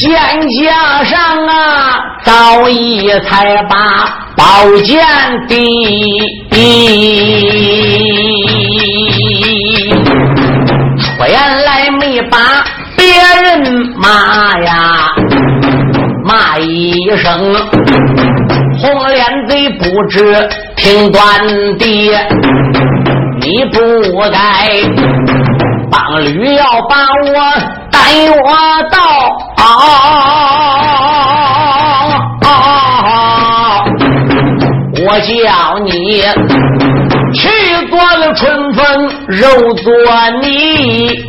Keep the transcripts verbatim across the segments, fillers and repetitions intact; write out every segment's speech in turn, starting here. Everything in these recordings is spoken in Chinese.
剑架上啊，早已才把宝剑递，出言来没把别人骂呀，骂一声红脸贼不知听端地，你不该帮吕要把我带我到、哦哦、我叫你去做了春风肉做泥，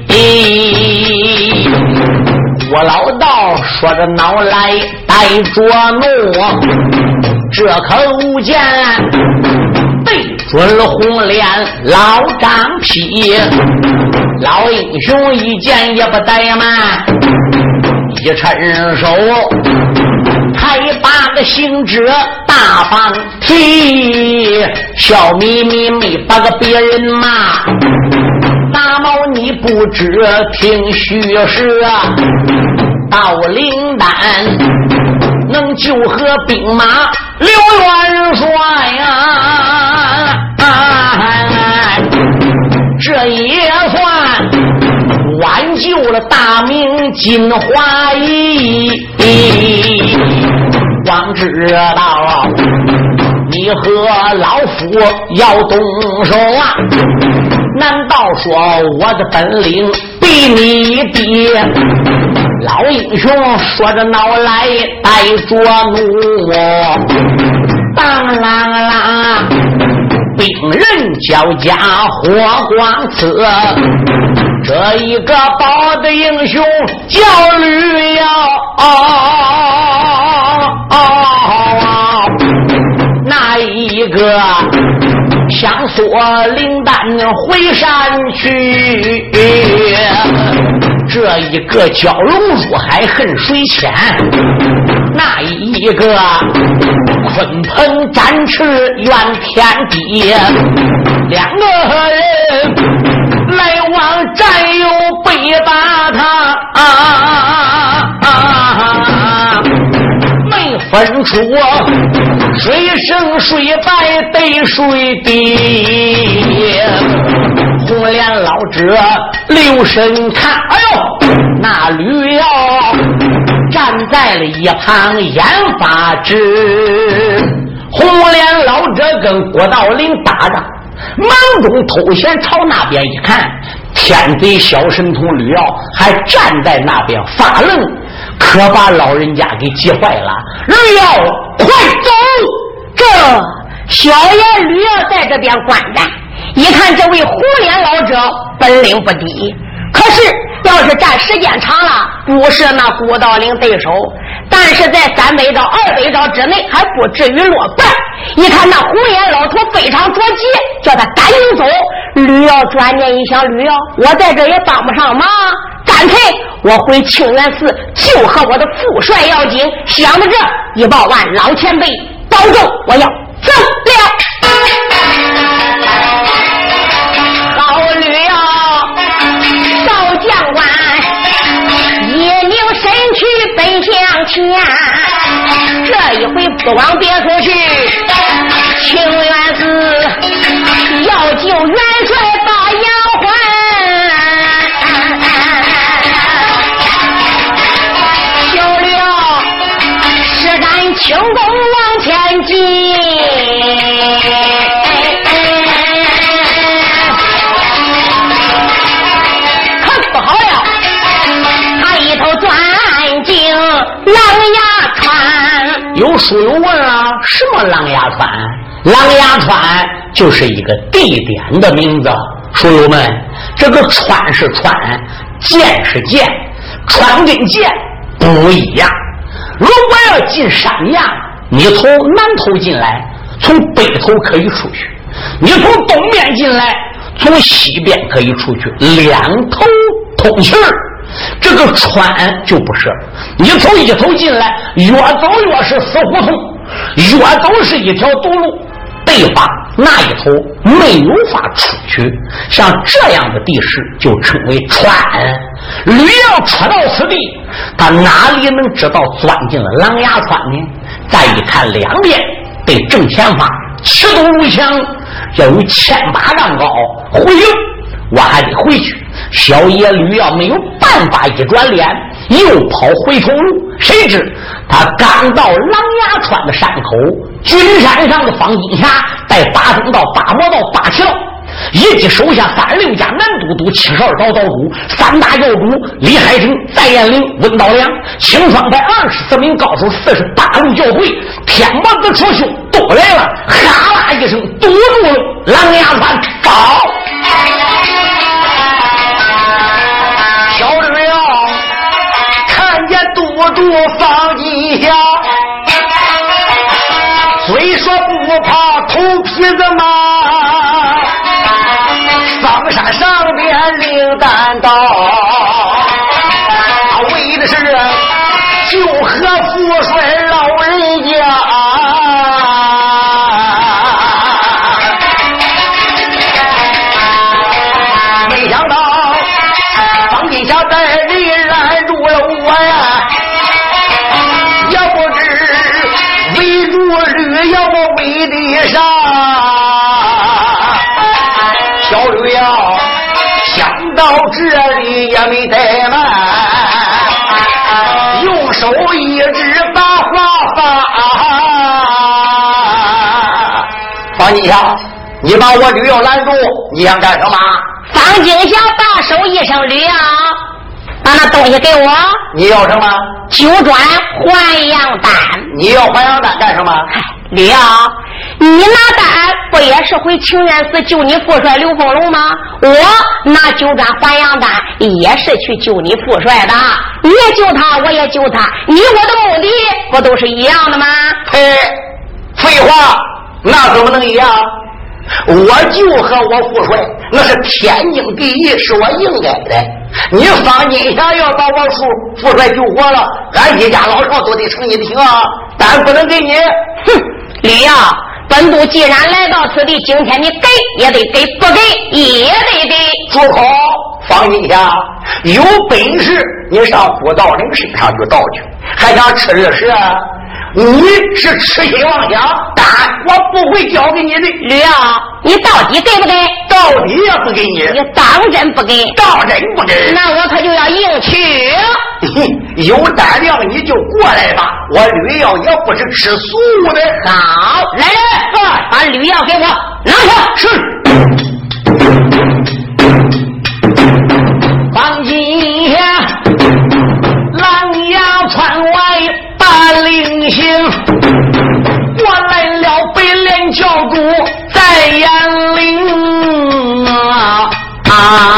我老道说着恼来带着怒，这口剑对准了红脸老张皮，老英雄一剑也不怠慢，一伸手还把个行者大放屁，笑眯眯没把个别人骂，大毛你不知听虚实啊，到灵丹能救和兵马刘元帅呀、啊啊，这也算挽救了大明金华义。光知道你和老夫要动手啊，难道说我的本领比你低？老英雄说着恼来带着怒，当啷啷兵刃交加火光刺，这一个宝的英雄叫吕耀、哦哦哦、那一个想索灵丹回山去，这一个蛟龙入海恨水浅，那一个鲲鹏展翅怨天地，两个人来往战友背打他啊啊啊，没分出谁胜谁败得谁低。红脸老者留神看，哎呦，那吕耀站在了一旁眼发直。红脸老者跟郭道陵打着，忙中偷闲朝那边一看，天贼小神童吕耀还站在那边发愣，可把老人家给急坏了。吕耀快走！ 这小爷吕耀在这边观战，一看这位红脸老者本领不低，可是要是战时间长了，不是那郭道陵对手，但是在三百招二百招之内还不至于落败。一看那红脸老头非常着急，叫他赶紧走。吕耀转念一想，吕耀我在这也帮不上忙，干脆我回清源寺就和我的父帅要紧。想到这一报万老前辈保重，我要走了。好吕耀少将官一拧身躯奔向前，这一回不往别处去，清源寺要救元帅把杨环，小吕耀施展轻功往前进，可不好了，他一头钻进狼牙川。 有书友问啊，什么狼牙川？狼牙川就是一个地点的名字。书友们，这个川是川，涧是涧，川跟涧不一样。如果要进山崖，你从南头进来，从北头可以出去；你从东面进来，从西边可以出去，两头通气儿。这个川就不是，你从一头进来，越走越是死胡同，越走是一条独路，对吧？那一头没有法出去，像这样的地势就称为川。吕耀出到此地， 他哪里能知道钻进了狼牙川呢？再一看两边对正前方气度如墙，要有千把丈高，回应我还得回去。小野吕要没有办法，一转脸又跑回头路。谁知他刚到狼牙川的山口，军山上的方金霞带八通道、八魔道、八条以及手下三十六家南都督、七十二道道主、三大教主李海成、戴彦龄、温道良、青双派二十四名高手、四十八路教会，天魔子出修都来了，哈啦一声堵住了狼牙川。走！ 小吕耀看见堵住方金霞，虽说不怕头皮子麻，方山上边领单刀，他为的是救和富帅老人家。没想到方金霞带人拦住了我呀，也不知围住吕要我围的上。小吕耀想到这里也没怠慢，用手一指把话发。方金霞，你把我吕耀拦住，你想干什么？ 方金霞大手一声，吕耀，把那东西给我。 你要什么？ 九转还阳丹。 你要还阳丹干什么？ 吕耀，你拿丹不也是回清源寺救你父帅刘凤龙吗？我拿九转还阳丹也是去救你父帅的，你也救他，我也救他，你我的目的不都是一样的吗？ 嘿，废话，那怎么能一样？我救和我父帅那是天经地义，是我应该的。你方金霞要把我父父帅救活了，俺一家老少都得成你的情啊，但不能给你。 哼，吕耀，本督既然来到此地，今天你给也得给，不给也得给。 住口！方金霞，有本事你上胡道人身上去道去，还想吃热食啊？你是痴心妄想，但我不会交给你的。 吕耀，你到底给不给？ 到底也不给你。 你当真不给？ 当真不给。 那我可就要硬去。 有胆量你就过来吧，我吕耀也不是吃素的。 好，来人，啊、把吕耀给我拿下。 是。 方金霞，狼牙川外把令行，我来了北连教主在延陵啊啊，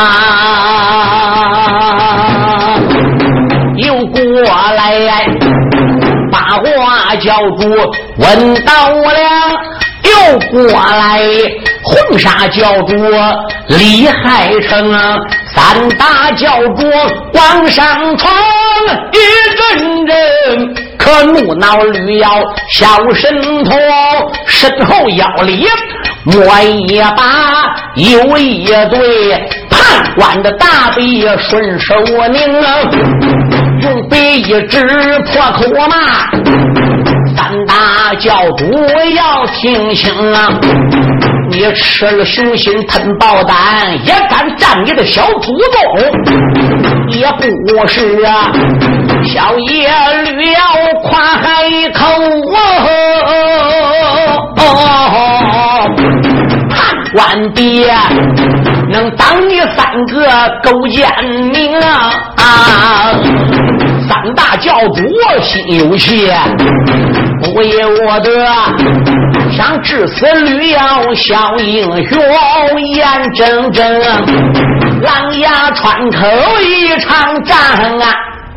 又过来把我教主问到了，又过来红沙教主李海成啊，三大教主往上闯，一阵阵可怒恼吕耀小神童，身后腰里摸一把有一对判官的大笔顺手拧啊，用笔一指破口骂，三大教主要听清啊，你吃了雄心吞豹胆，也敢占你的小祖宗，也不是啊！小爷驴要夸海口哦，判官爹能当你三个勾践名啊！啊三大教主心有气，不也我的想致死吕耀小英雄，眼睁睁狼牙川口一场战啊，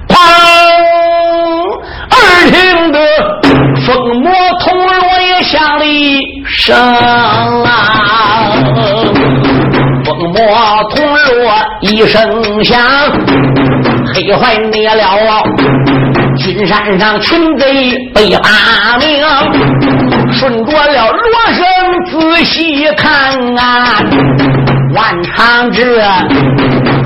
砰！耳听得风魔铜锣也响了一声啊，风魔铜锣一声响，黑怀灭了军山上群贼被八名，顺着了罗生仔细看啊，万长志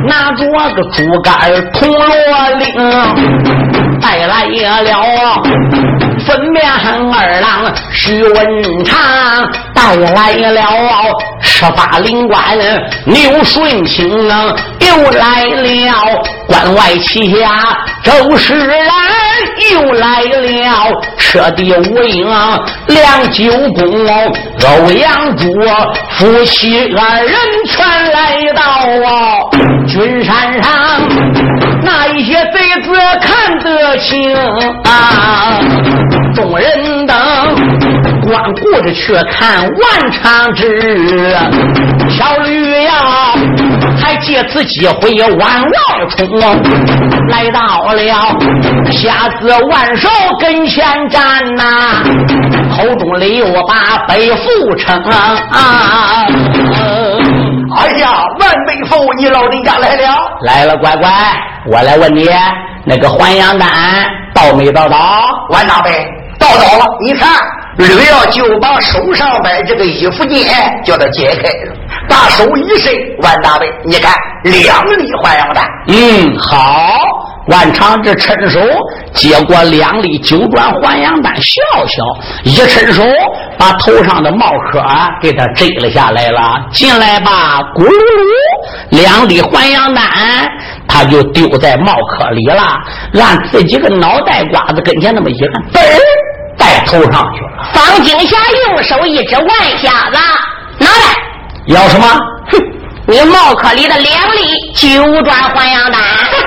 拿着个竹竿铜锣铃，带来了分辨二郎徐文长，带来了十八灵官刘顺清，又来了关外旗下周世然，又来了彻底无影梁九公欧阳柱，夫妻二人全来到军山上，那一些贼子看得清啊，众人等光顾着去看万长志，小吕呀还借此机会往外冲，来到了瞎子万寿跟前站呐、啊，口中里我把背负称啊啊！ 哎呀，万辈父，你老人家来了， 来了，乖乖，我来问你，那个还阳丹到没到到？ 万大辈到到了，你看吕耀就把手上边这个衣服巾叫他解开了，大手一伸，万大辈，你看两粒还阳丹。 嗯，好。万长志伸手接过两粒九转还阳丹，笑笑一伸手把头上的帽壳给他摘了下来了。进来吧，咕噜噜，两粒还阳丹他就丢在帽壳里了，按自己个脑袋瓜子跟前那么一按，嘚儿带头上去了。 方景霞用手一指，万瞎子拿来， 要什么？ 哼，你帽壳里的两粒九转还阳丹。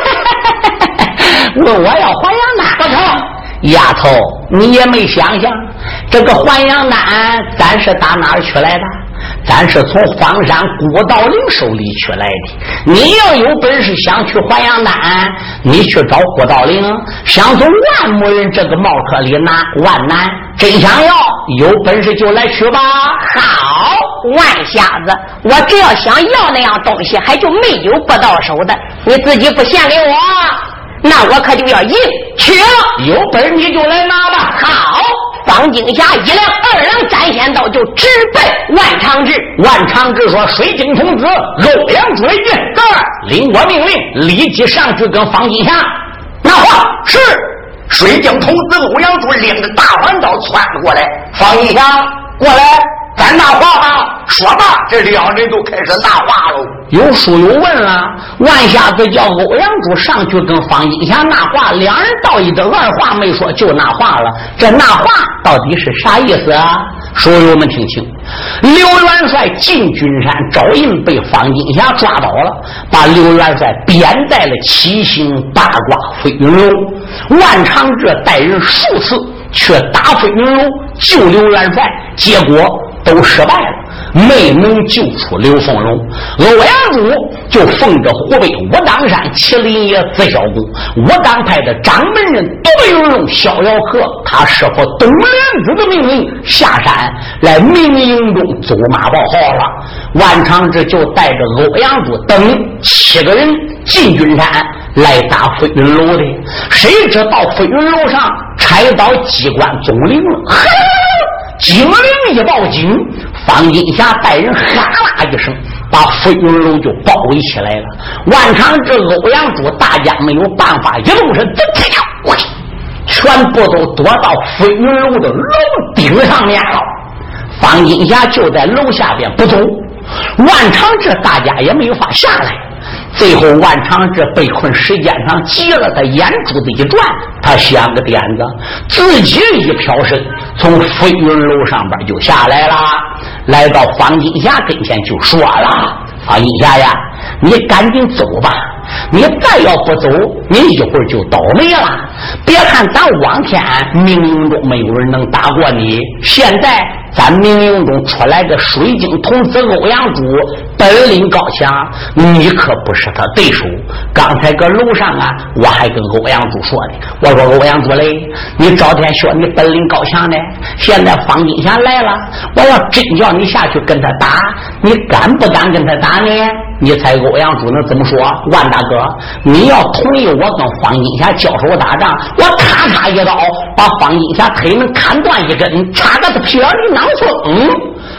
问我要还阳丹？不成，丫头，你也没想想，这个还阳丹咱是打哪儿取来的？咱是从荒山郭道陵手里取来的。你要有本事想去还阳丹，你去找郭道陵；想从万木人这个帽壳里拿万难，真想要，有本事就来取吧。 好，万瞎子，我只要想要那样东西，还就没有不到手的。你自己不献给我，那我可就要硬去了。 有本事你就来拿吧。 好，方景霞一亮二郎斩仙刀就直奔万长志。 万长志说：“水晶童子欧阳追进，领我命令，立即上去跟方景霞那话是。”水晶童子欧阳珠领着大环刀窜过来，方景霞过来，咱拿话吧。说吧，这两人都开始拿话喽。 有书有问了，万下子叫欧阳珠上去跟方景霞拿话，两人到一的二话没说就拿话了。这拿话到底是啥意思啊？书友们听清，刘元帅进军山招印被方景霞抓到了，把刘元帅贬在了七星八卦飞云楼。万长志带人数次去打飞云楼救刘元帅，结果都失败了，没能救出刘凤龙。欧阳珠就奉着湖北武当山麒麟爷自小公武当派的掌门人杜云龙逍遥客，他师傅董莲子的命令下山来明营中走马报号了。万长志就带着欧阳珠等七个人进军山来打飞云楼的，谁知道飞云楼上拆到机关总领了，警铃一报警，方金霞带人哈啦一声把飞云楼就包围起来了。万长志、欧阳珠大家没有办法，一动身全部都躲到飞云楼的楼顶上面了。方金霞就在楼下边不走，万长志大家也没法下来。最后万长志被困时间上急了，他眼珠子一转，他想个点子，自己一飘身从飞云楼上边就下来了，来到方金霞跟前就说了：“方金霞呀，你赶紧走吧，你再要不走，你一会儿就倒霉了。别看咱往天冥营中没有人能打过你，现在咱冥营中出来个水晶童子欧阳珠，本领高强，你可不是他对手。刚才搁楼上啊，我还跟欧阳珠说的，我说欧阳珠嘞，你赵天说你本领高强呢，现在方金霞来了，我要真叫你下去跟他打，你敢不敢跟他打呢？你猜欧阳珠能怎么说？万大哥，你要同意我跟方金霞交手打仗，我咔嚓一刀把方金霞腿能砍断一根，插个他屁眼里囊风。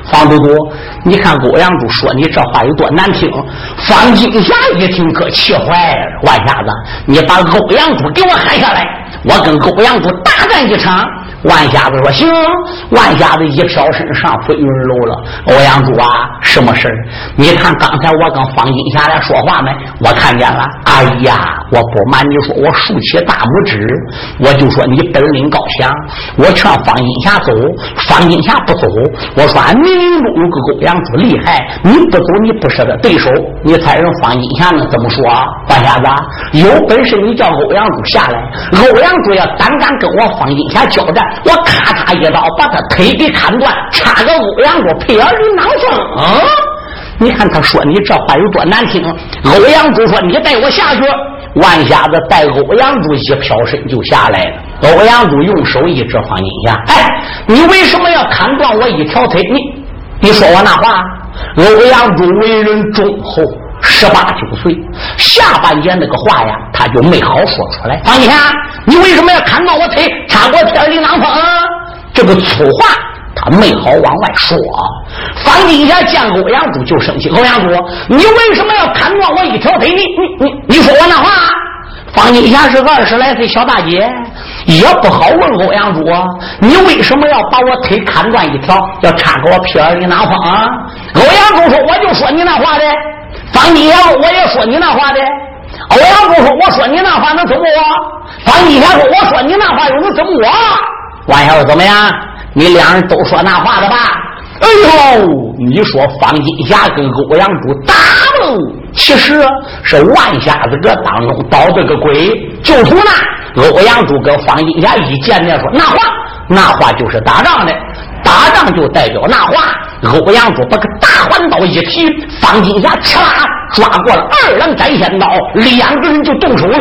方都督，你看欧阳柱说你这话有多难听。方金霞一听可气坏了，万瞎子，你把欧阳柱给我喊下来，我跟欧阳柱大战一场。万瞎子说行。万瞎子一飘身上飞云楼了。欧阳柱啊，什么事？你看刚才我跟方金霞来说话没？我看见了。哎呀，我不瞒你说，我竖起大拇指，我就说你本领高强。我劝方金霞走，方金霞不走。我说俺明明中有个欧阳柱厉害，你不走你不是他对手。你猜人方金霞能怎么说？万瞎子，有本事你叫欧阳柱下来，欧阳柱要胆敢跟我方金霞交战，我咔嚓一刀把他腿给砍断，插个欧阳柱配耳里囊风啊！你看他说你这话有多难听。欧阳柱说你带我下去。万瞎子带欧阳柱一飘身就下来了。欧阳柱用手一指方金霞，哎，你为什么要砍断我一条腿？你你说我那话。欧阳柱为人忠厚，十八九岁，下半截那个话呀他就没好说出来。方金霞，你为什么要砍断我腿，插过天里囊风啊？这个粗话他没好往外说。方金霞见欧阳柱就生气，欧阳柱，你为什么要砍断我一条腿？你你你你说我那话。方金霞是二十来岁小大姐，也不好问欧阳柱啊，你为什么要把我腿砍断一条，要插给我屁眼里囊风啊？欧阳柱说我就说你那话的。方金霞说我也说你那话的。欧阳柱说我说你那话能怎么我？方金霞说我说你那话又能怎么我？万小子怎么样？你两人都说那话的吧？哎呦，你说方金霞跟欧阳柱打喽，其实是万瞎子搁当中捣这个鬼。就从那欧阳柱跟方金霞一见面说那话，那话就是打仗的，打仗就代表那话。欧阳柱把个大环刀一提，方金霞哧啦抓过了二郎斩仙刀，两个人就动手。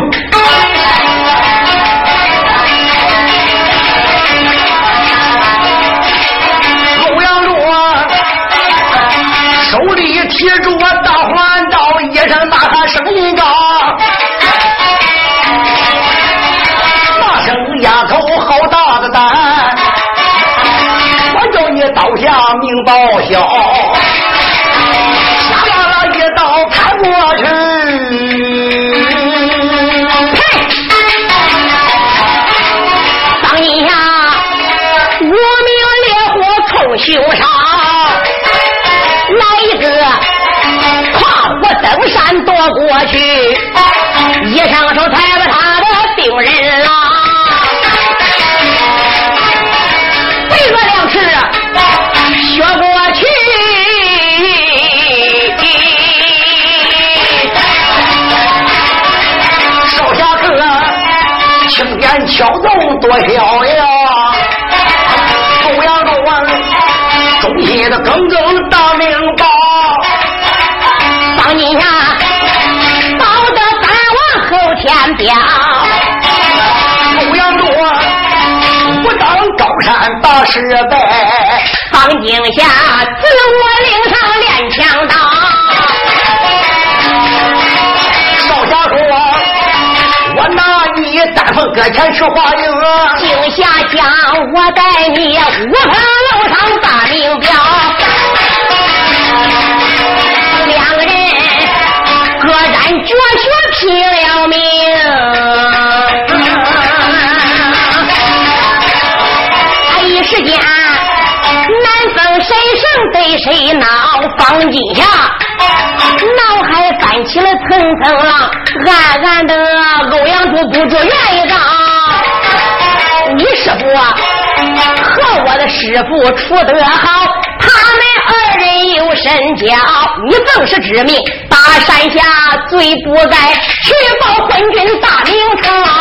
手里提住我大环刀，一声大喊声音高，骂声丫头好大的胆，我叫你刀下命报销，下拉了一刀砍过去。 嘿，方金霞无名烈火冲胸上，来一个跨火登山夺过去，一上手抬把他的病人啦，背个两尺学过去， 少下课轻点敲动多漂亮，欧阳柱啊忠心的耿耿大明报， 方金霞保得三王后天表， 欧阳柱不当高山大石碑， 方金霞自我领上练枪刀， 少侠说我拿你丹凤阁前去化灵， 惊霞江我带你五方楼上大名表，两个人各占绝学拼了命，哎一时间难分谁胜对谁闹，方金霞脑海翻起了层层浪，暗暗的欧阳柱不住愿意让，你师傅啊和我的师傅处得好，他们二人有深交，你更是知命大山下最不该去报昏君大名堂，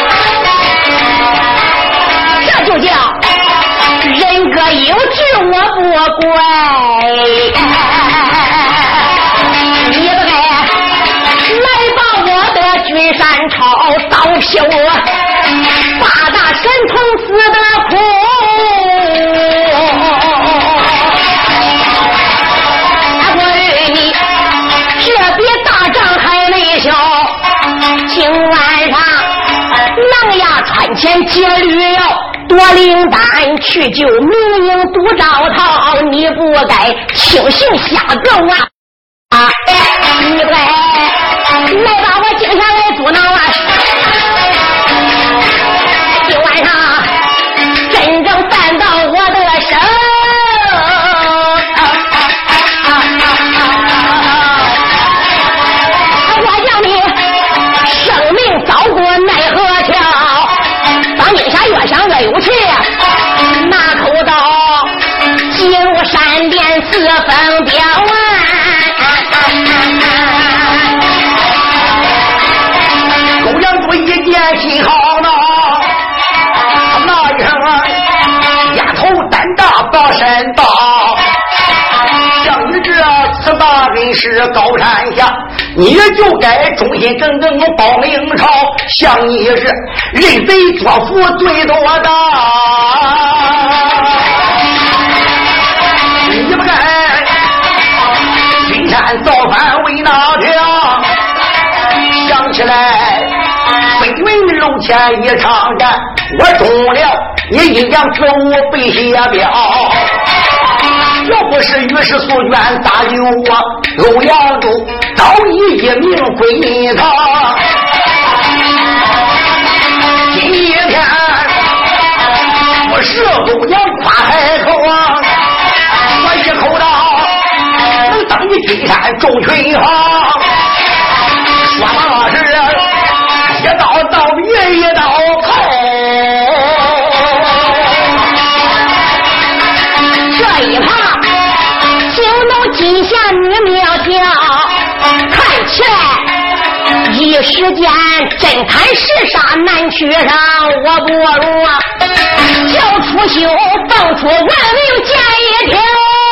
这就叫人各有志我不怪，你不该来把我的君山抄刀劈我八大神童死的苦，我与你这比大仗还没小，今晚上狼牙川前劫驴药， 夺灵丹去救明英独招桃，你不该轻行下咒啊！啊，你不该来把我惊下来阻挠啊！今晚上真正犯到我的手，我叫你生命遭过奈何桥。方景霞越想越有气，拿口刀击入闪电四分标啊！ 狗养猪一见心好恼，那一声丫头胆大把身大，像你这此大人是高山下，你就该忠心耿耿报明朝，像你是认贼作父罪多大，你不该金山造反为哪条，想起来飞云楼前一场战，我中了你一样子无被下表，要不是御史素卷大有我欧阳州早已一命归你堂，今天我是欧阳夸海口啊，我一口刀能当你金山周群行，说那是一刀刀别一刀口， 这一趴惊动金霞女苗条，看起来一时间真砍石杀难取上，我不如啊叫出修蹦出万灵剑一条。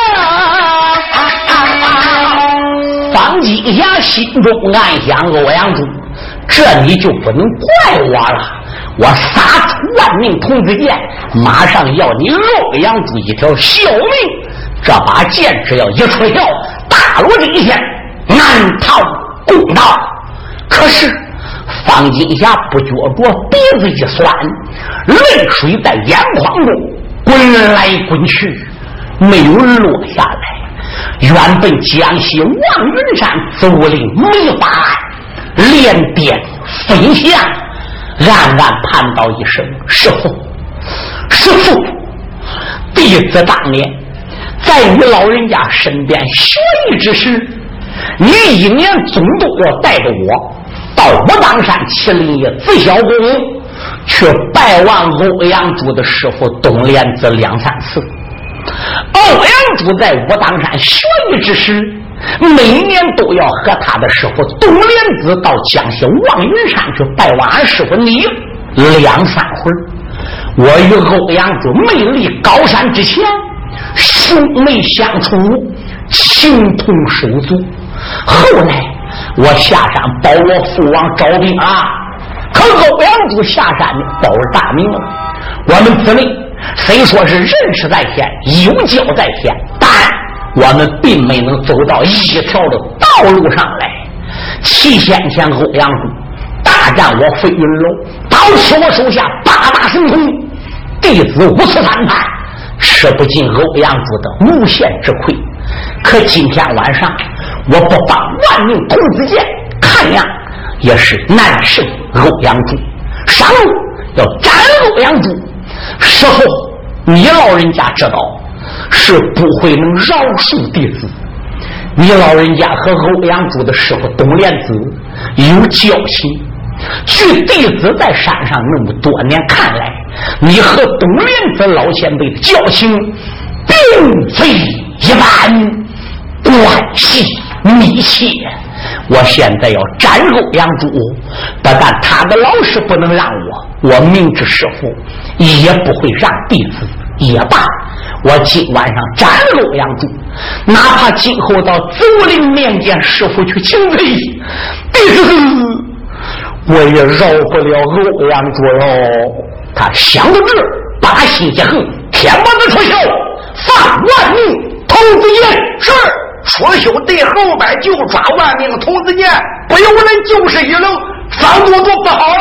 方金霞心中暗想，欧阳珠，这你就不能怪我了，我撒出万命童子剑，马上要你欧阳珠一条小命，这把剑只要一出鞘，大罗真仙难逃公道。可是方金霞不觉着鼻子一酸，泪水在眼眶中滚来滚去，没有落下来。原本江西望云山走令没法案，连颠分向，暗暗盼到一声师父师父，弟子当年在你老人家身边学艺之时，你一年总都要带着我到武当山麒麟爷紫霄宫去拜望欧阳珠的师傅东莲子两三次。欧阳珠在武当山学艺之时，每年都要和他的师傅东莲子到江西望云山去拜望俺师傅你两三回。我与欧阳珠魅力高山之前兄妹相处，情同手足。后来我下山保我父王招兵啊，可欧阳珠下山保了大名了。我们姊妹虽说是认识在先，有交在先，但我们并没能走到一条的道路上来。七先前欧阳珠大战我飞云楼，刀起我手下八大神通，弟子无次反叛，吃不尽欧阳珠的无限之亏。可今天晚上我不帮万命童子剑，看样也是难胜欧阳珠，上路要斩欧阳珠。师父你老人家知道是不会能饶恕弟子，你老人家和欧阳珠的师傅东莲子有交情，据弟子在山上那么多年看来，你和东莲子老前辈的交情并非一般，关系密切。我现在要斩欧阳珠，不但他的老师不能让我，我明知师父也不会让弟子也罢。我今晚上斩欧阳珠，哪怕今后到祖陵面见师父去请罪，弟子我也饶不了欧阳珠哟。他想到这，把心一横，天王的出鞘，放万命童子剑。是出修对后边就抓万命童子剑，不由人就是一愣，方都都不好了，万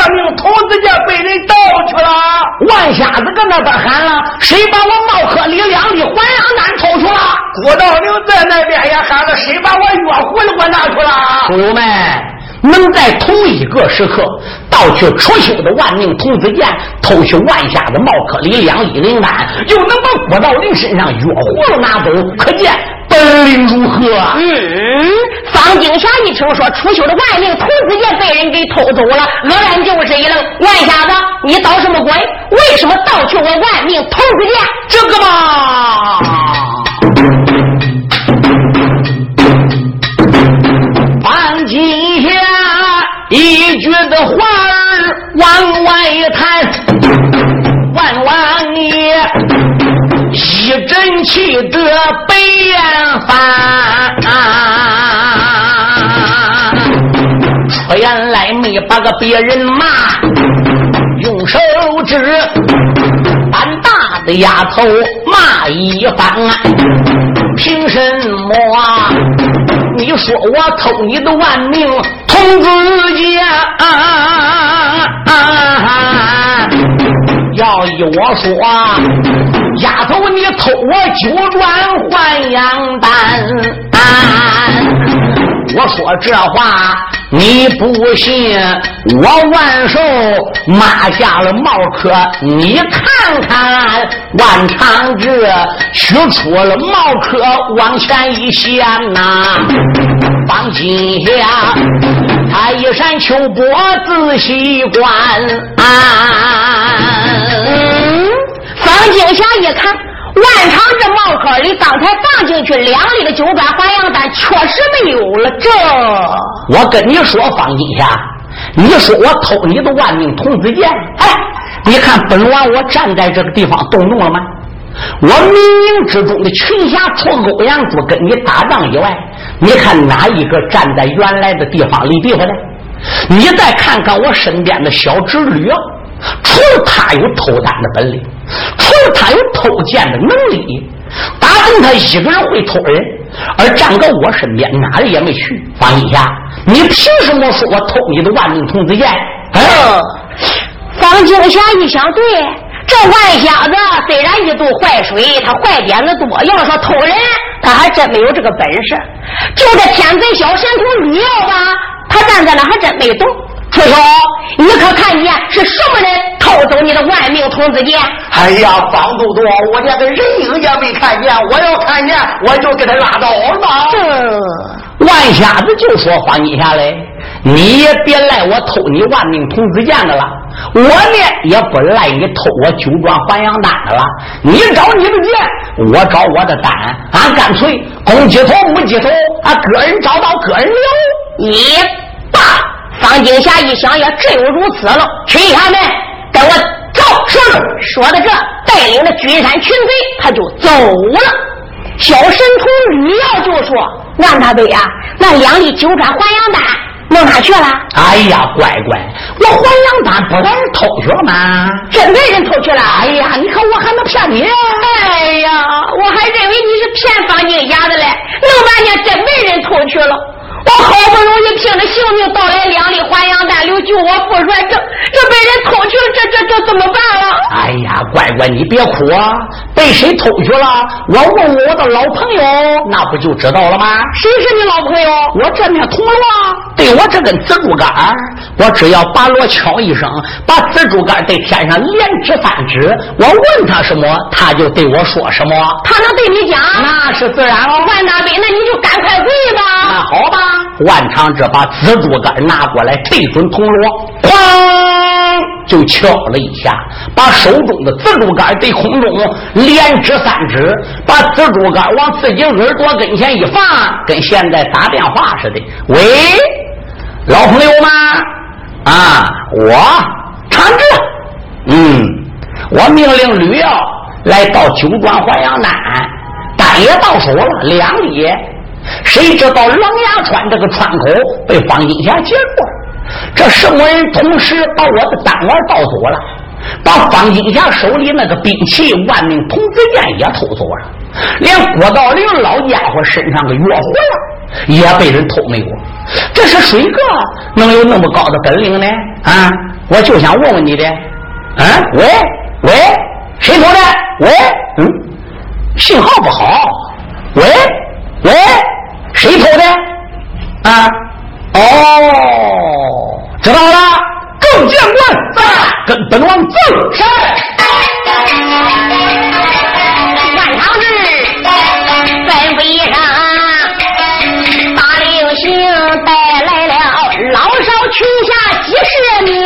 命童子剑被人盗去了。 万瞎子搁那边喊了：“谁把我帽壳里两粒还阳丹偷去了？” 郭道陵在那边也喊了：“谁把我月魂给我拿去了？” 朋友们，能在同一个时刻盗取楚修的万命童子剑，偷取万瞎子帽壳里两粒灵丹，又能把郭道陵身上月葫芦拿走，可见本领如何？ 嗯，方景霞一听说楚修的万命童子剑被人给偷走了，愕然就是一愣：“万瞎子，你捣什么鬼？为什么盗取我万命童子剑？” 这个嘛，方景霞一句的话儿往外谈，万王爷一阵气得白眼翻，出言来没把个别人骂，用手指胆大的丫头骂一番，凭什么你说我偷你的万命童子剑？要依我说，丫头你偷我九转还阳丹，我说这话你不信，我万寿抹下了帽壳，你看看。万长志取出了帽壳，往前一掀呐，方金霞他一闪秋波仔细观， 嗯，方金霞一看万长志帽壳里刚才放进去两粒的九转还阳丹确实没有了，这我跟你说方金霞，你说我偷你的万命童子剑，哎，你看本王我站在这个地方动怒了吗？我冥冥之中的群侠除欧阳祖跟你打仗以外，你看哪一个站在原来的地方里避回来？你再看看我身边的小侄女，除了他有偷丹的本领，除了他有偷剑的能力，打定他一个人会偷人，而站搁我身边哪里也没去。方一下，你凭什么说我偷你的万命童子剑？哎， 方金霞一想，对，这万瞎子虽然一肚坏水，他坏点子多，要说偷人他还真没有这个本事。就这天贼小神童吕耀吧，他站在那还真没动。楚修，你可看见是什么人偷走你的万命童子剑？ 哎呀，方都督，我连个人影也没看见，我要看见我就给他拉倒了。 这万瞎子就说方金霞嘞，你也别赖我偷你万命童子剑的了，我呢也不赖你偷我九转还阳丹的了。你找你的剑，我找我的丹，俺干脆公鸡头母鸡头，啊，个人找到个人留。 你爸方金霞一想，也只有如此了。群侠们，跟我走！说着，说到这，带领着军山群贼，他就走了。小神童吕耀就说：“万大队啊，那两粒九转还阳丹弄哪去了？” 哎呀，乖乖，我还阳丹不然偷去了吗？ 真被人偷去了！ 哎呀，你看我还能骗你？ 哎呀，我还认为你是骗方金霞的嘞，弄半天真被人偷去了。我好不容易拼着性命盗来两粒还阳丹留救我父帅，这这被人偷去了，这这这怎么办了？ 哎呀，乖乖，你别哭啊！被谁偷去了？我问问我的老朋友，那不就知道了吗？ 谁是你老朋友？ 我这面铜锣对我这根紫竹竿，我只要把锣敲一声，把紫竹竿对天上连指三指，我问他什么，他就对我说什么。 他能对你讲？ 那是自然了。 万大兵，那你就赶快跪吧。 那好吧。万长志把紫竹竿拿过来，对准铜锣，哐就敲了一下，把手中的紫竹竿对空中连指三指，把紫竹竿往自己耳朵跟前一放，跟现在打电话似的。喂，老朋友吗？啊，我长志，嗯，我命令吕耀来到九转还阳丹，丹也到手了，两粒。谁知道狼牙川这个川口被方金霞截过，这什么人同时把我的丹丸盗走了，把方金霞手里那个兵器万命童子剑也偷走了，连郭道陵老家伙身上的月葫芦也被人偷没过。这是谁个能有那么高的本领呢？啊，我就想问问你的，啊，喂喂，谁偷的？喂，嗯，信号不好。喂喂，谁偷的？啊，哦，知道了。众将官在，跟本王奏是。 万长志在飞上大令行带来了老少群下几十名，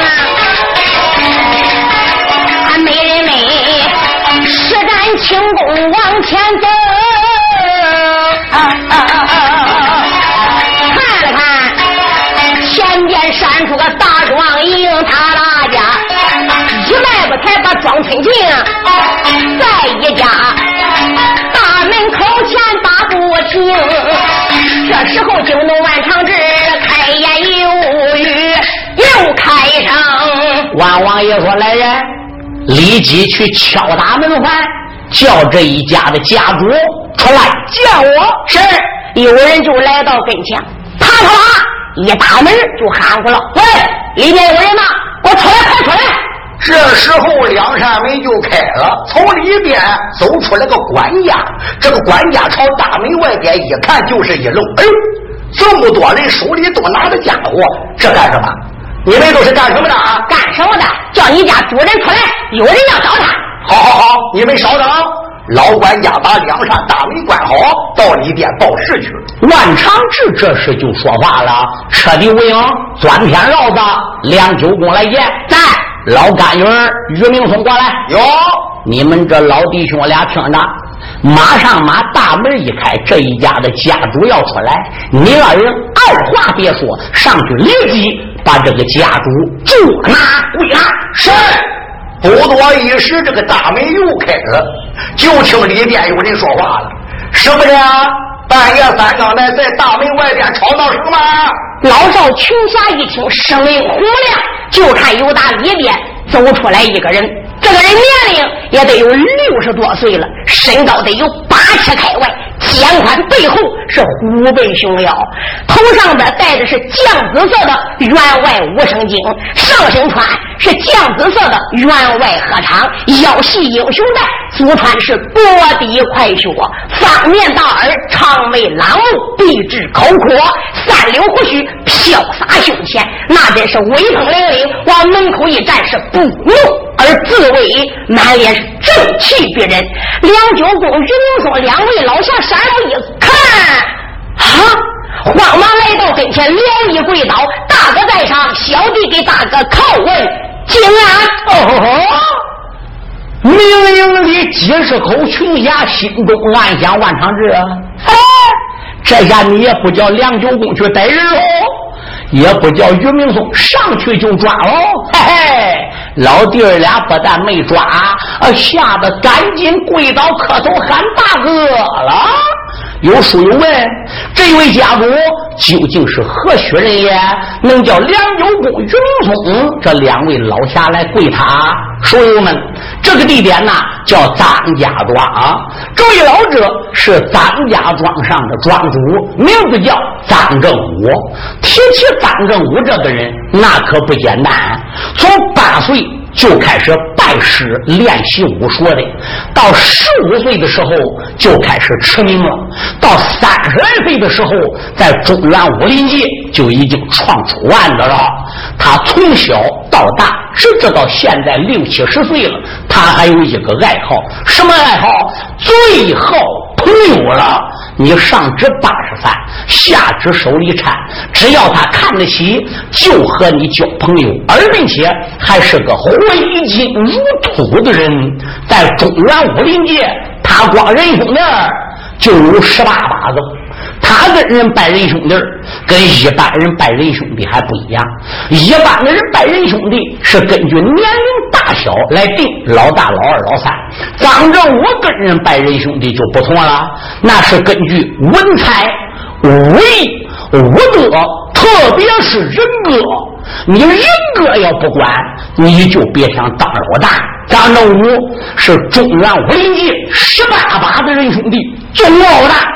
俺美人们施展轻功往前走，啊啊啊啊看了看前边闪出个大壮营，他拉家一迈步才把庄村进，再一家大门口前打不停。这时候惊动万长志开言有语又开声， 万王爷说：“来人，立即去敲打门环，叫这一家的家主出来见我。” 是，有人就来到跟前，啪啪啪一打门就喊过了：“喂，里面有人吗？给我出来，快出来！” 这时候两扇门就开了，从里边走出来个管家。这个管家朝大门外边一看，就是一愣，哎呦，这么多人手里都拿着家伙，这干什么？你们都是干什么的啊？ 干什么的？叫你家主人出来，有人要找他。 好好好，你们稍等。老管家把两扇大门关好，到里边报事去了。 万长志这时就说话了：“彻底无影，钻天绕子，梁九公来见。” 在。 老干员于明松过来。 有， 你们这老弟兄俩听着，马上把大门一开，这一家的家主要出来，你二人二话别说，上去立即把这个家主捉拿归案。 是。不多一时，这个大门又开了，就听里边有人说话了：“是不是啊？半夜三更的在大门外边吵闹什么？” 老少群侠一听声音洪亮，就看有打里边走出来一个人，这个人年龄也得有六十多岁了，身高得有八尺开外，肩宽背厚，是虎背熊腰，头上边戴的是绛紫色的员外五圣巾，上身穿是绛紫色的员外鹤氅，腰系英雄带，足穿是薄底快靴，方面大耳，长眉朗目，鼻至口阔，三绺胡须飘洒胸前，那真是威风凛凛，往门口一站是不怒而自威，满脸是正气逼人。梁九公、于明松两位老侠闪目一看，啊！慌忙来到跟前，连一跪倒，大哥在上，小弟给大哥叩问请安。 哦，明营里几十口群侠心中暗想：万长志啊，哎，这下你也不叫梁九公去逮人喽，也不叫于明松上去就抓喽，嘿嘿，老弟儿俩不但没抓，啊，吓得赶紧跪倒磕头喊大哥了。有书友问：这位家主究竟是何许人也？能叫梁九公、于明松这两位老侠来跪他？书友们，这个地点呢叫张家庄，这位老者是张家庄上的庄主，名字叫张正武。提起张正武这个人，那可不简单，从八岁就开始拜师练习武术的，到十五岁的时候就开始驰名了，到三十来岁的时候，在中原武林界就已经创出腕子了。他从小到大，直至到现在六七十岁了，他还有一个爱好，什么爱好？最好朋友了。你上至八十番，下至手里掺，只要他看得起，就和你交朋友，而并且还是个挥金如土的人。在中原武林界，他光仁兄弟就有十八把子。他跟人拜仁兄弟跟一般人拜仁兄弟还不一样，一般的人拜仁兄弟是根据年龄大小来定老大老二老三，张正武跟人拜仁兄弟就不同了，那是根据文采武艺武德，特别是人格，你人格要不管，你就别想当老大。张正武是中原武林界十八把的人兄弟，总老大，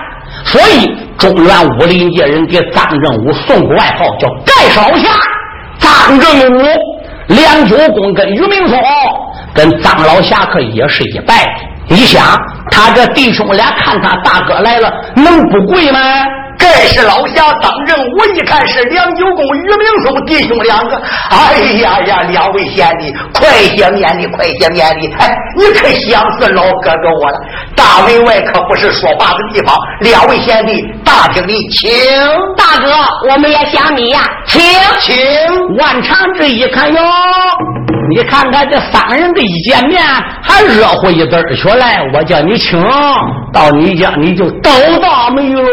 所以中原武林界人给臧正武送过外号叫盖少侠。臧正武、梁九公跟于明松跟臧老侠可也是一拜的。你想他这弟兄俩看他大哥来了，能不跪吗？ 这是老侠臧正武，一看是梁九公、于明松弟兄两个。哎呀呀，两位贤弟，快些免礼，快些免礼！哎，你可想死老哥哥我了。大门外可不是说话的地方，两位贤弟，大厅里请。 大哥，我们也想你呀，请请。 万长志一看哟，你看看这三人的一见面还热乎一顿去来，我叫你请到你家你就倒大霉喽。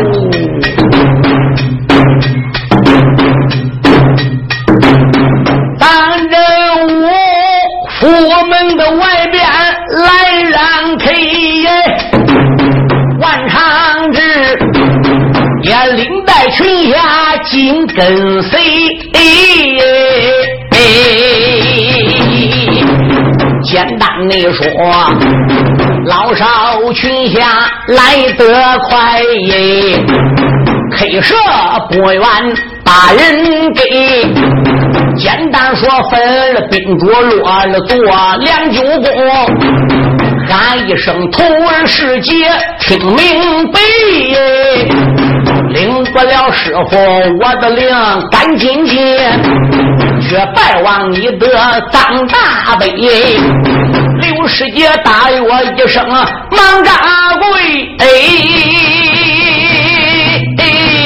当任务府门的外边来让开耶，万长志也领带群下紧跟随。简单地说，老少群下来得快耶，黑蛇不愿把人给。简单说分了兵着落了座，梁九公喊一声徒儿师姐听明白耶，领不了师傅我的令赶紧进，却拜望你的张大悲。刘师姐答应我一声忙扎跪，哎哎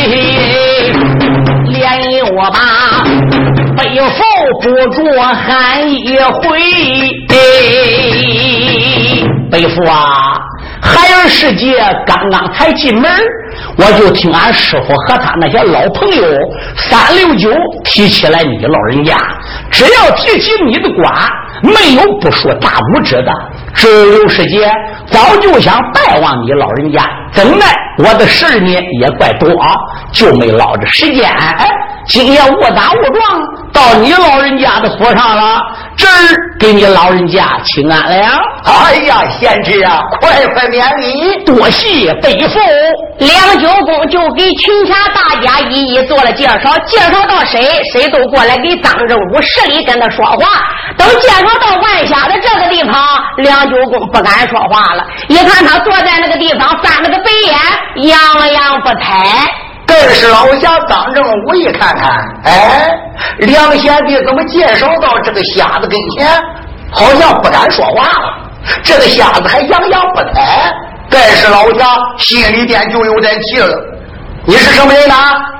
连引我把背负不住喊一回。哎背负啊，孩儿师姐刚刚才进门，我就听俺师傅和他那些老朋友三六九提起来你老人家，只要提起你的瓜，没有不说大武之的。只有师姐早就想拜望你老人家，怎奈我的事呢也怪多，就没捞着时间。哎，今夜误打误撞到你老人家的府上了，这儿给你老人家请安了。 哎呀，贤侄啊，快快免礼， 多谢背负。 梁九公就给群侠大家一一做了介绍，介绍到谁谁都过来给臧正武施礼跟他说话。等介绍到万下的这个地方，梁九公不敢说话了，一看他坐在那个地方翻了个白眼，洋洋不睬。 更是老侠臧正武一看看，哎，梁贤弟怎么介绍到这个瞎子跟前，好像不敢说话了，这个瞎子还洋洋不睬。更是老侠心里边就有点气了。你是什么人呢？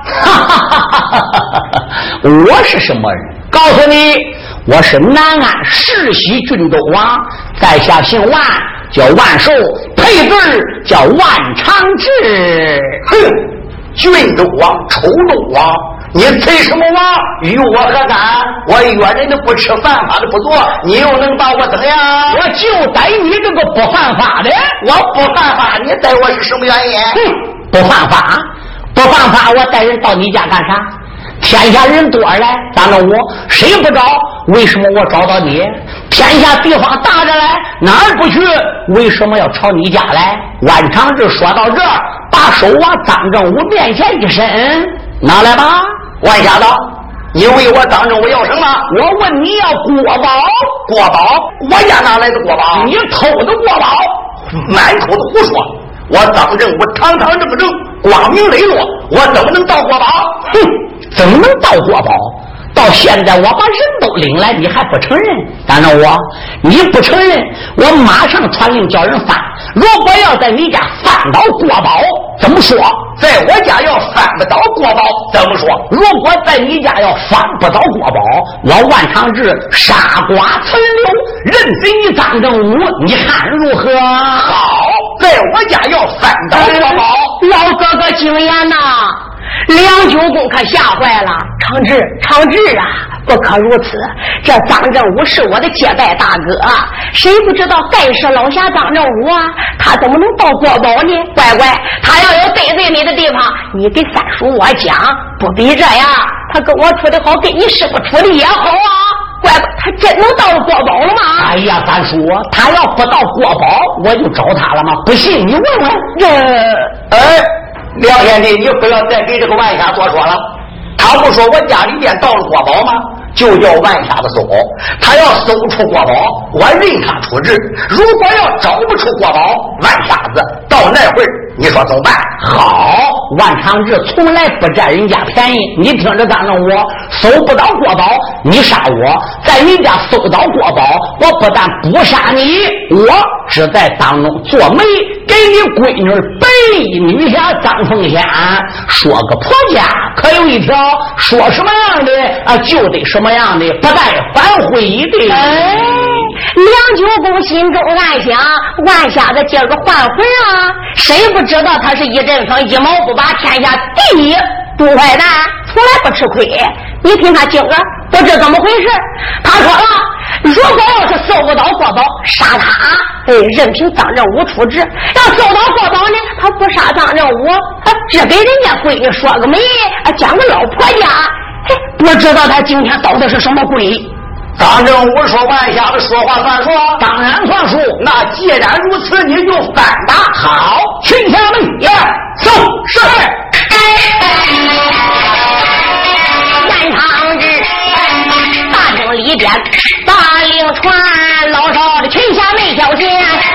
我是什么人？告诉你，我是南安世袭郡州王，在下姓万，叫万寿，配对叫万长志。 哼，郡州王、丑州王，你配什么王？与我何干？我约人的不吃，犯法的不做，你又能把我怎样？ 我就逮你这个不犯法的。 我不犯法，你逮我是什么原因？ 哼，不犯法，不犯法，我带人到你家干啥？天下人多来，当着我谁不找？为什么我找到你？天下地方大着来，哪儿不去？为什么要朝你家来？万长志说到这儿，把手往臧正武面前一伸，拿来吧。 万家子，你为我臧正武要什么？ 我问你要国宝。 国宝？我家哪来的国宝？ 你偷的国宝？ 满口的胡说！我臧正武堂堂正正，光明磊落，我怎么能盗国宝？ 哼，怎么能盗国宝？到现在我把人都领来，你还不承认？当然我你不承认，我马上传令叫人翻。如果要在你家翻倒国宝，怎么说？ 在我家要翻不倒国宝，怎么说？ 如果在你家要翻不倒国宝，我万长志杀剐存留，任随你臧正武，你看如何？ 好，在我家要翻倒国宝， 老哥哥经验呐！梁九公可吓坏了，长志，长志啊，不可如此！这臧正武是我的结拜大哥，谁不知道盖世老侠臧正武啊？他怎么能盗国宝呢？乖乖，他要有得罪你的地方，你给三叔我讲，不比这样，他跟我处的好，跟你师傅处的也好啊！乖乖，他真能盗国宝了吗？ 哎呀，三叔，他要不盗国宝，我就找他了吗？不信你问问。 这，哎。 梁先生，你不要再给这个万瞎多说了。他不说我家里边到了国宝吗？就叫万瞎子搜，他要搜出国宝，我任他处置；如果要找不出国宝，万瞎子到那会儿，你说怎么办？ 好，万长志从来不占人家便宜。你听着，当着我搜不到国宝，你杀我；在你家搜到国宝，我不但不杀你，我只在当中做媒，给你闺女北女侠张凤仙说个婆家。可有一条，说什么样的啊，就得什么样的，不带反悔的。 哎，梁九公心中暗想：万瞎子今儿个换魂啊！谁不知道他是一阵风，一毛不拔，天下第一毒坏蛋，从来不吃亏。你听他今儿不知怎么回事，他说了，如果要是搜不到国宝，杀他，哎，任凭张正武处置；要搜到国宝呢，他不杀张正武，他只给人家闺女说个媒，啊，讲个老婆家。哎，不知道他今天捣的是什么鬼。 张正武说：“万瞎子说话算数， 当然算数。 那既然如此，你就反打。 好，群侠们，一二走，是。” 万长志大厅里边大令传，老少的群侠没条件，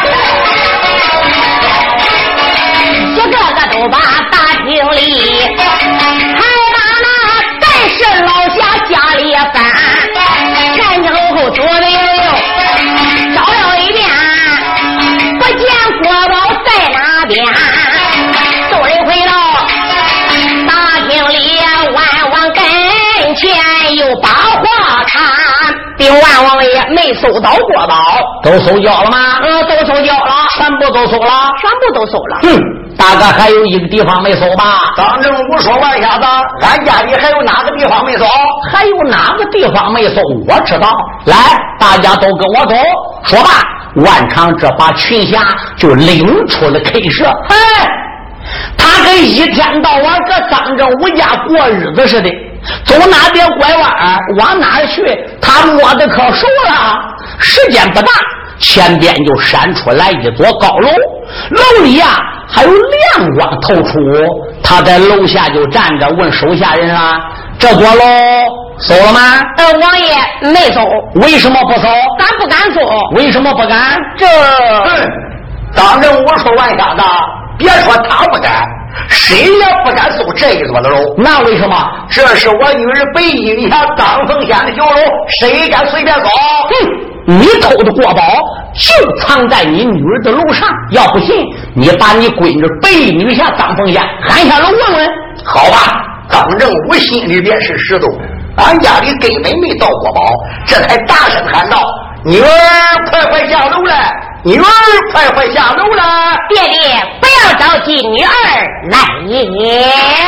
一个个都把大厅里还把那再是老侠家里翻，站正后左右找了一遍，不见国宝在哪边，众人回到大厅里，万王跟前又把话谈，禀万王爷没搜到国宝， 都搜交了吗？ 嗯，都搜交了， 全部都搜了， 全部都搜了。 哼，大概还有一个地方没搜吧？ 张正武说：“万瞎子，俺家里还有哪个地方没搜？ 还有哪个地方没搜？我知道。来，大家都跟我走。说吧。”万长志把群侠就领出了 K 社。哎，他跟一天到晚搁张正武家过日子似的，走哪边拐弯往哪儿去，他摸得可熟了。时间不大，前边就闪出来一座高楼，楼里呀、啊、还有亮光透出。他在楼下就站着，问手下人啊：“这座楼搜了吗？” 呃，王爷没搜。 为什么不搜？ 咱不敢搜。 为什么不敢？ 这嗯，张正武说：“万瞎子，别说他不敢，谁也不敢搜这一座的楼。 那为什么？ 这是我女儿北一女侠张凤仙的酒楼，谁敢随便搜？” 哼，你偷的国宝就藏在你女儿的楼上，要不信，你把你闺女北女侠张凤仙喊下楼问问。 好吧，张正武心里边是石头，俺家里根本没到国宝，这才大声喊道：“女儿，快快下楼来！女儿，快快下楼来！” 爹爹，不要着急，女儿来也。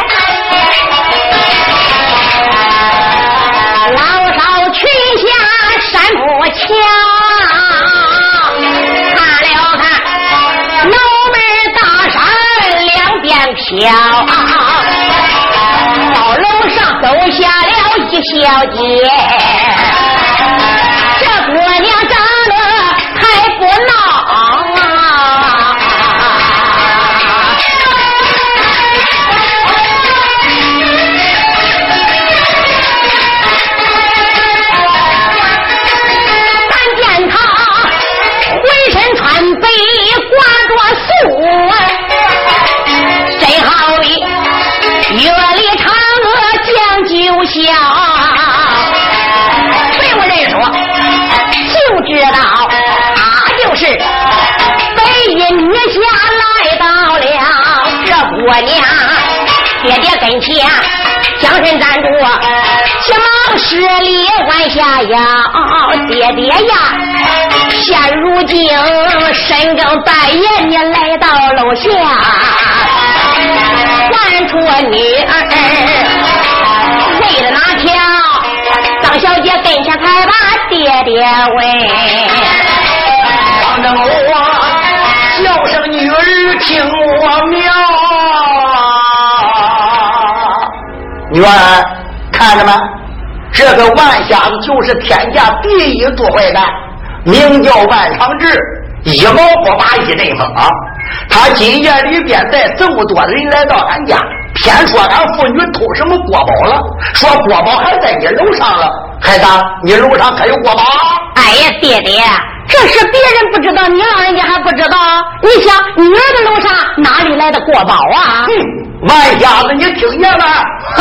老少群侠山坡墙，看了看楼门大山两边飘，到楼上走下了一小姐，这姑娘长得还不孬啊，但见她浑身穿白挂着素，真好的月里嫦娥将就笑，不用人说就知道她就是北阴女侠来到了这姑娘爹爹跟前，将身站住，急忙施礼弯下腰，爹爹呀，现如今深更半夜你来到楼下，唤出女儿为了哪条？张小姐跟前才把爹爹问。 张正武啊，叫声女儿听我명啊！女儿，看着吗？这个万瞎子就是天下第一毒坏蛋，名叫万长志，一毛不拔一阵风啊！ 他今夜里边带这么多人来到俺家，偏说俺妇女偷什么国宝了，说国宝还在你楼上了。孩子，你楼上可有国宝？ 哎呀，爹爹，这是别人不知道，你老人家还不知道。你想，女儿的楼上哪里来的国宝啊？ 嗯，万瞎子，你听见了？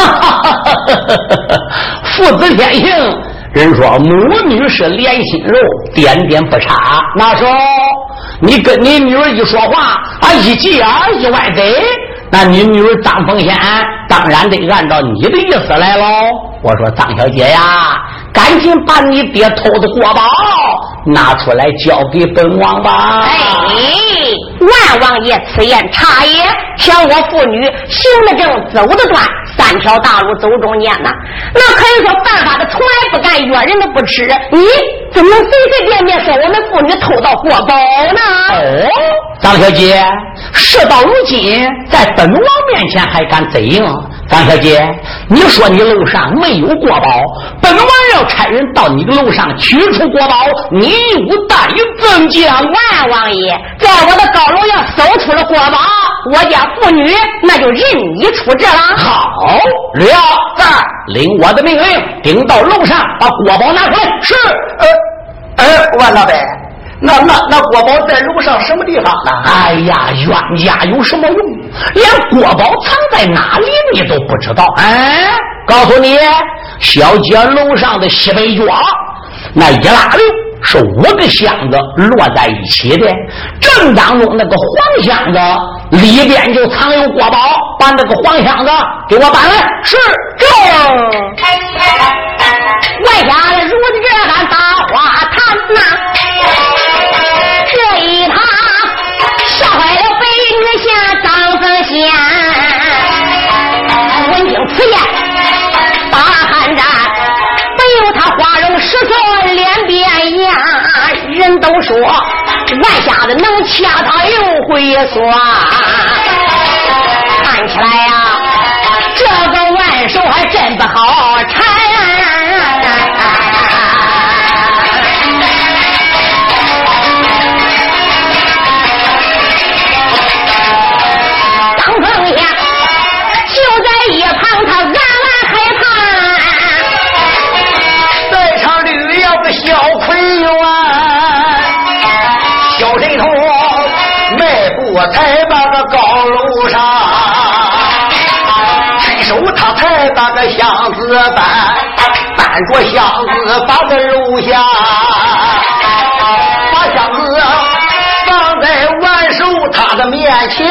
父子天性，人说母女是连心肉，点点不差。那时候你跟你女儿一说话啊，一急啊，一歪嘴，那你女儿张凤仙当然得按照你的意思来喽。我说张小姐呀，赶紧把你爹偷的国宝拿出来交给本王吧。 哎，万王爷此言差也，想我妇女行得正，走得端，三条大路走中间呢。那可以说犯法的从来不干，约人的不吃。你怎么随随便便说我们妇女偷到国宝呢？ 哦，张小姐，事到如今，在本王面前还敢嘴硬？张小姐，你说你楼上没有国宝，本王要差人到你的楼上取出国宝，你有待怎讲？ 万王爷，在我的高楼要搜出了国宝，我家妇女那就任你处置了。 好了，在领我的命令，顶到楼上把国宝拿出来。是。 呃呃，万大伯，那那那国宝在楼上什么地方呢？ 哎呀，冤家有什么用？连国宝藏在哪里你都不知道。哎，告诉你，小姐楼上的西北角那一拉溜是五个箱子摞在一起的，正当中那个黄箱子里边就藏有国宝，把那个黄箱子给我搬来。是。 中外家的如这般大花坛呐，这一趟吓坏了北女侠张凤仙。闻听此言，大汗战，不由他花容失色，脸变呀。人都说万瞎子能掐他又回缩，看起来呀、啊，这个万手还真不好缠。张凤仙就在一旁，他暗暗害怕， 在场绿要个小魁元，小神童迈步才把个高楼上，伸手他才把个箱子搬，搬着箱子把个楼下，把箱子放在万寿他的面前。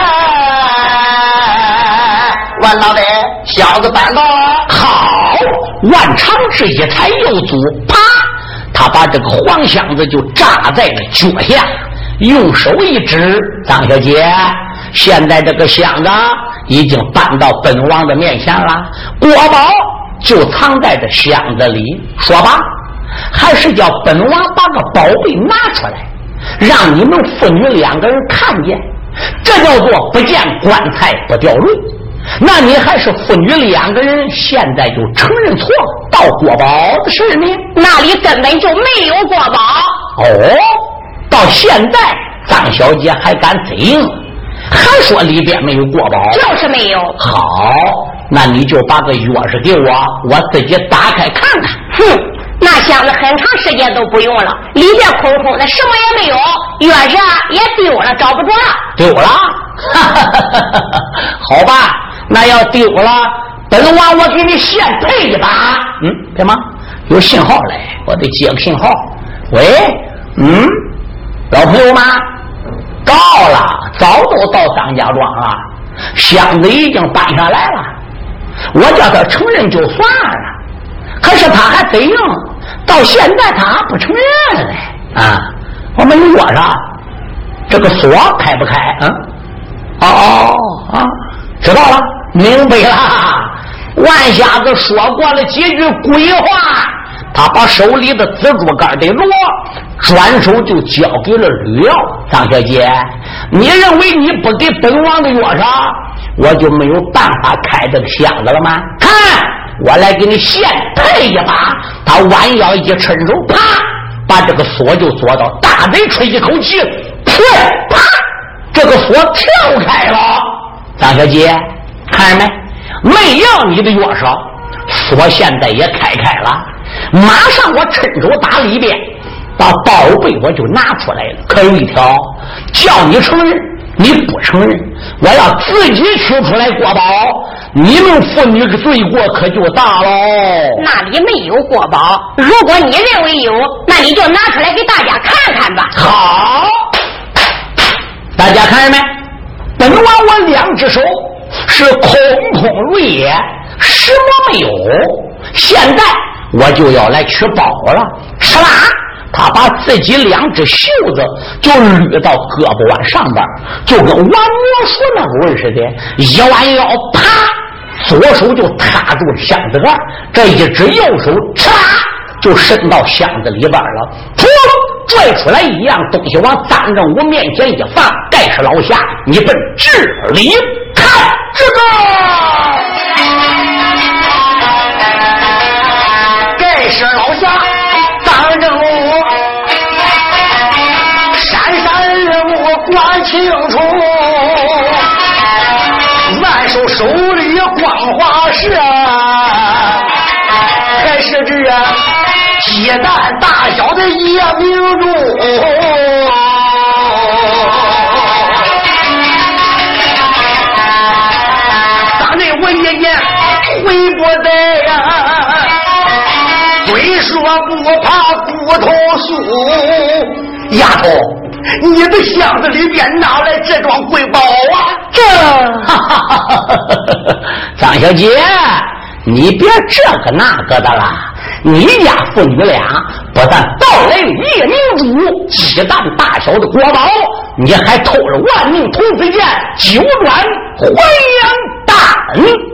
万老伯，箱子搬到好，万长志一踩右足，啪，他把这个黄箱子就扎在了脚下，用手一指，张小姐，现在这个箱子已经搬到本王的面前了，国宝就藏在这箱子里。说吧，还是叫本王把个宝贝拿出来，让你们父女两个人看见，这叫做不见棺材不掉泪。那你还是父女两个人现在就承认错了，盗国宝的事呢？ 那里根本就没有国宝。 哦，到现在张小姐还敢嘴硬，还说里边没有国宝， 就是没有。 好，那你就把个钥匙给我，我自己打开看看。 哼，那箱子很长时间都不用了，里边空空的，什么也没有，钥匙也丢了，找不着了。 丢了？好吧，那要丢了，本王我给你现配一把。嗯，干嘛？有信号来，我得接个信号。喂，嗯，老朋友们，到了，早都到张家庄了，箱子已经搬下来了，我叫他承认就算了，可是他还嘴硬，到现在他还不承认了呢。啊，我们约上，这个锁开不开？嗯，哦哦啊，知道了，明白了。万瞎子说过了几句鬼话，他把手里的紫竹竿的锣转手就交给了吕耀。张小姐，你认为你不给本王的钥匙，我就没有办法开这个箱子了吗？看，我来给你现配一把。他弯腰一伸手，啪，把这个锁就锁到，大嘴吹一口气，噗，啪，这个个锁跳开了。张小姐，看着没？没要你的钥匙，锁现在也开开了。马上我趁手打里边，把宝贝我就拿出来了。可有一条，叫你承认你不承认，我要自己取出来国宝，你们妇女的罪过可就大喽。 那里没有国宝，如果你认为有，那你就拿出来给大家看看吧。 好，大家看见没？本王我两只手是空空如也，什么没有。现在我就要来取宝了。哧啦，他把自己两只袖子就捋到胳膊腕上边，就跟玩魔术那个味似的，一弯腰，啪，左手就踏住箱子盖，这一只右手哧啦就伸到箱子里边了，噗，拽出来一样东西往张正武面前一放，盖是老夏，你奔这里看这个。 盖是老夏张正武，闪闪日目观清楚，万手手里光华是，还是这鸡蛋大小的夜明珠。当这我一言回不得呀，虽说不怕骨头酥。丫头，你的箱子里边拿来这桩瑰宝啊？ 这， 张小姐，你别这个那个的啦。你家父女俩不但盗来了夜明珠、鸡蛋大小的国宝，你还偷了万命童子剑、九转还阳蛋。